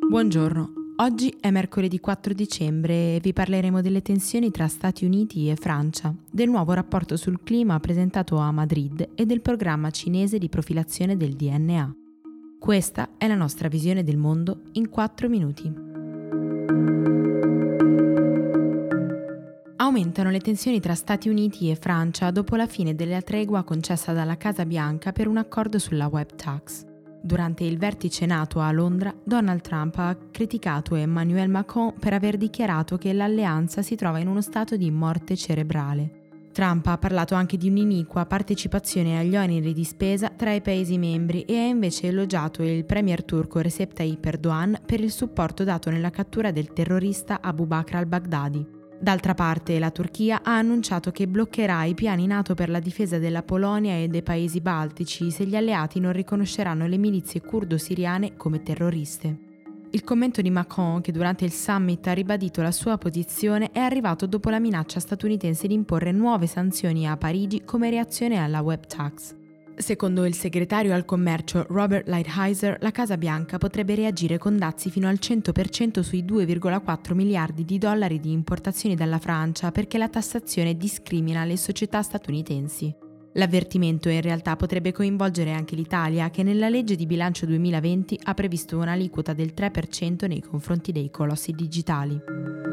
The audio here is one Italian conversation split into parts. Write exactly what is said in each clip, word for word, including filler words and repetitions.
Buongiorno, oggi è mercoledì quattro dicembre e vi parleremo delle tensioni tra Stati Uniti e Francia, del nuovo rapporto sul clima presentato a Madrid e del programma cinese di profilazione del D N A. Questa è la nostra visione del mondo in quattro minuti. Aumentano le tensioni tra Stati Uniti e Francia dopo la fine della tregua concessa dalla Casa Bianca per un accordo sulla web tax. Durante il vertice NATO a Londra, Donald Trump ha criticato Emmanuel Macron per aver dichiarato che l'alleanza si trova in uno stato di morte cerebrale. Trump ha parlato anche di un'iniqua partecipazione agli oneri di spesa tra i Paesi membri e ha invece elogiato il premier turco Recep Tayyip Erdogan per il supporto dato nella cattura del terrorista Abu Bakr al-Baghdadi. D'altra parte, la Turchia ha annunciato che bloccherà i piani NATO per la difesa della Polonia e dei paesi baltici se gli alleati non riconosceranno le milizie curdo-siriane come terroriste. Il commento di Macron, che durante il summit ha ribadito la sua posizione, è arrivato dopo la minaccia statunitense di imporre nuove sanzioni a Parigi come reazione alla web tax. Secondo il segretario al commercio Robert Lighthizer, la Casa Bianca potrebbe reagire con dazi fino al cento per cento sui due virgola quattro miliardi di dollari di importazioni dalla Francia perché la tassazione discrimina le società statunitensi. L'avvertimento in realtà potrebbe coinvolgere anche l'Italia, che nella legge di bilancio duemilaventi ha previsto un'aliquota del tre per cento nei confronti dei colossi digitali.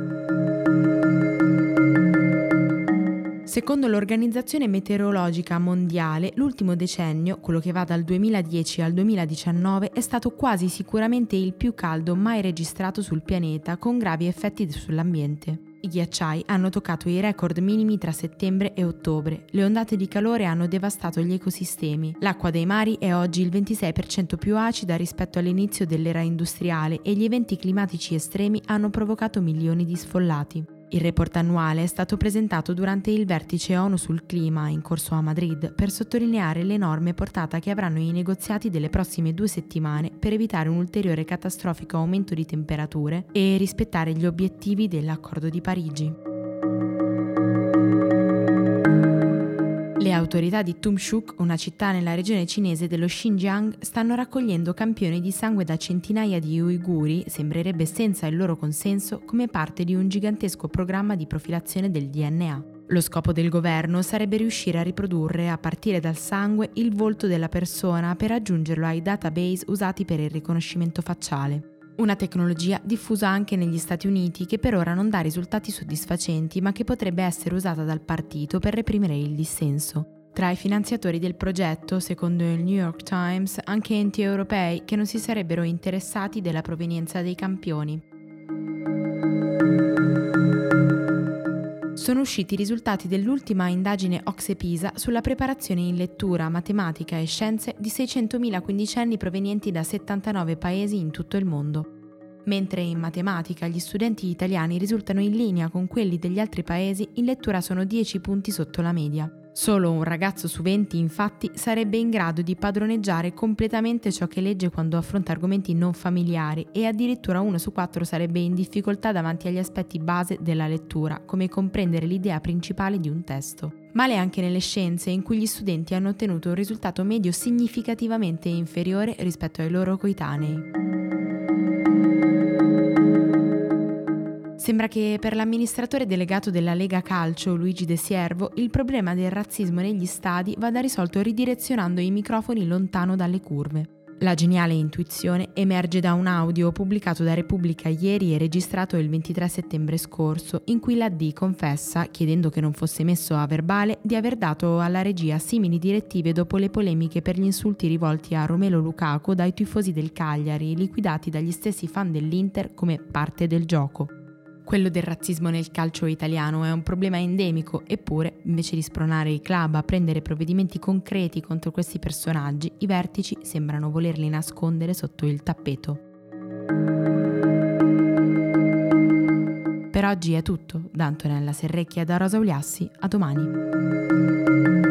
Secondo l'Organizzazione Meteorologica Mondiale, l'ultimo decennio, quello che va dal duemiladieci al duemiladiciannove, è stato quasi sicuramente il più caldo mai registrato sul pianeta, con gravi effetti sull'ambiente. I ghiacciai hanno toccato i record minimi tra settembre e ottobre, le ondate di calore hanno devastato gli ecosistemi, l'acqua dei mari è oggi il ventisei per cento più acida rispetto all'inizio dell'era industriale e gli eventi climatici estremi hanno provocato milioni di sfollati. Il report annuale è stato presentato durante il vertice ONU sul clima in corso a Madrid per sottolineare l'enorme portata che avranno i negoziati delle prossime due settimane per evitare un ulteriore catastrofico aumento di temperature e rispettare gli obiettivi dell'Accordo di Parigi. Le autorità di Tumshuk, una città nella regione cinese dello Xinjiang, stanno raccogliendo campioni di sangue da centinaia di uiguri, sembrerebbe senza il loro consenso, come parte di un gigantesco programma di profilazione del D N A. Lo scopo del governo sarebbe riuscire a riprodurre, a partire dal sangue, il volto della persona per aggiungerlo ai database usati per il riconoscimento facciale. Una tecnologia diffusa anche negli Stati Uniti che per ora non dà risultati soddisfacenti ma che potrebbe essere usata dal partito per reprimere il dissenso. Tra i finanziatori del progetto, secondo il New York Times, anche enti europei che non si sarebbero interessati della provenienza dei campioni. Sono usciti i risultati dell'ultima indagine OCSE-PISA sulla preparazione in lettura, matematica e scienze di seicentomila quindicenni provenienti da settantanove paesi in tutto il mondo. Mentre in matematica gli studenti italiani risultano in linea con quelli degli altri paesi, in lettura sono dieci punti sotto la media. Solo un ragazzo su venti, infatti, sarebbe in grado di padroneggiare completamente ciò che legge quando affronta argomenti non familiari e addirittura uno su quattro sarebbe in difficoltà davanti agli aspetti base della lettura, come comprendere l'idea principale di un testo. Male anche nelle scienze, in cui gli studenti hanno ottenuto un risultato medio significativamente inferiore rispetto ai loro coetanei. Sembra che per l'amministratore delegato della Lega Calcio, Luigi De Siervo, il problema del razzismo negli stadi vada risolto ridirezionando i microfoni lontano dalle curve. La geniale intuizione emerge da un audio pubblicato da Repubblica ieri e registrato il ventitré settembre scorso, in cui la D confessa, chiedendo che non fosse messo a verbale, di aver dato alla regia simili direttive dopo le polemiche per gli insulti rivolti a Romelu Lukaku dai tifosi del Cagliari, liquidati dagli stessi fan dell'Inter come parte del gioco. Quello del razzismo nel calcio italiano è un problema endemico, eppure, invece di spronare i club a prendere provvedimenti concreti contro questi personaggi, i vertici sembrano volerli nascondere sotto il tappeto. Per oggi è tutto. Da Antonella Serrecchia e da Rosa Uliassi, a domani.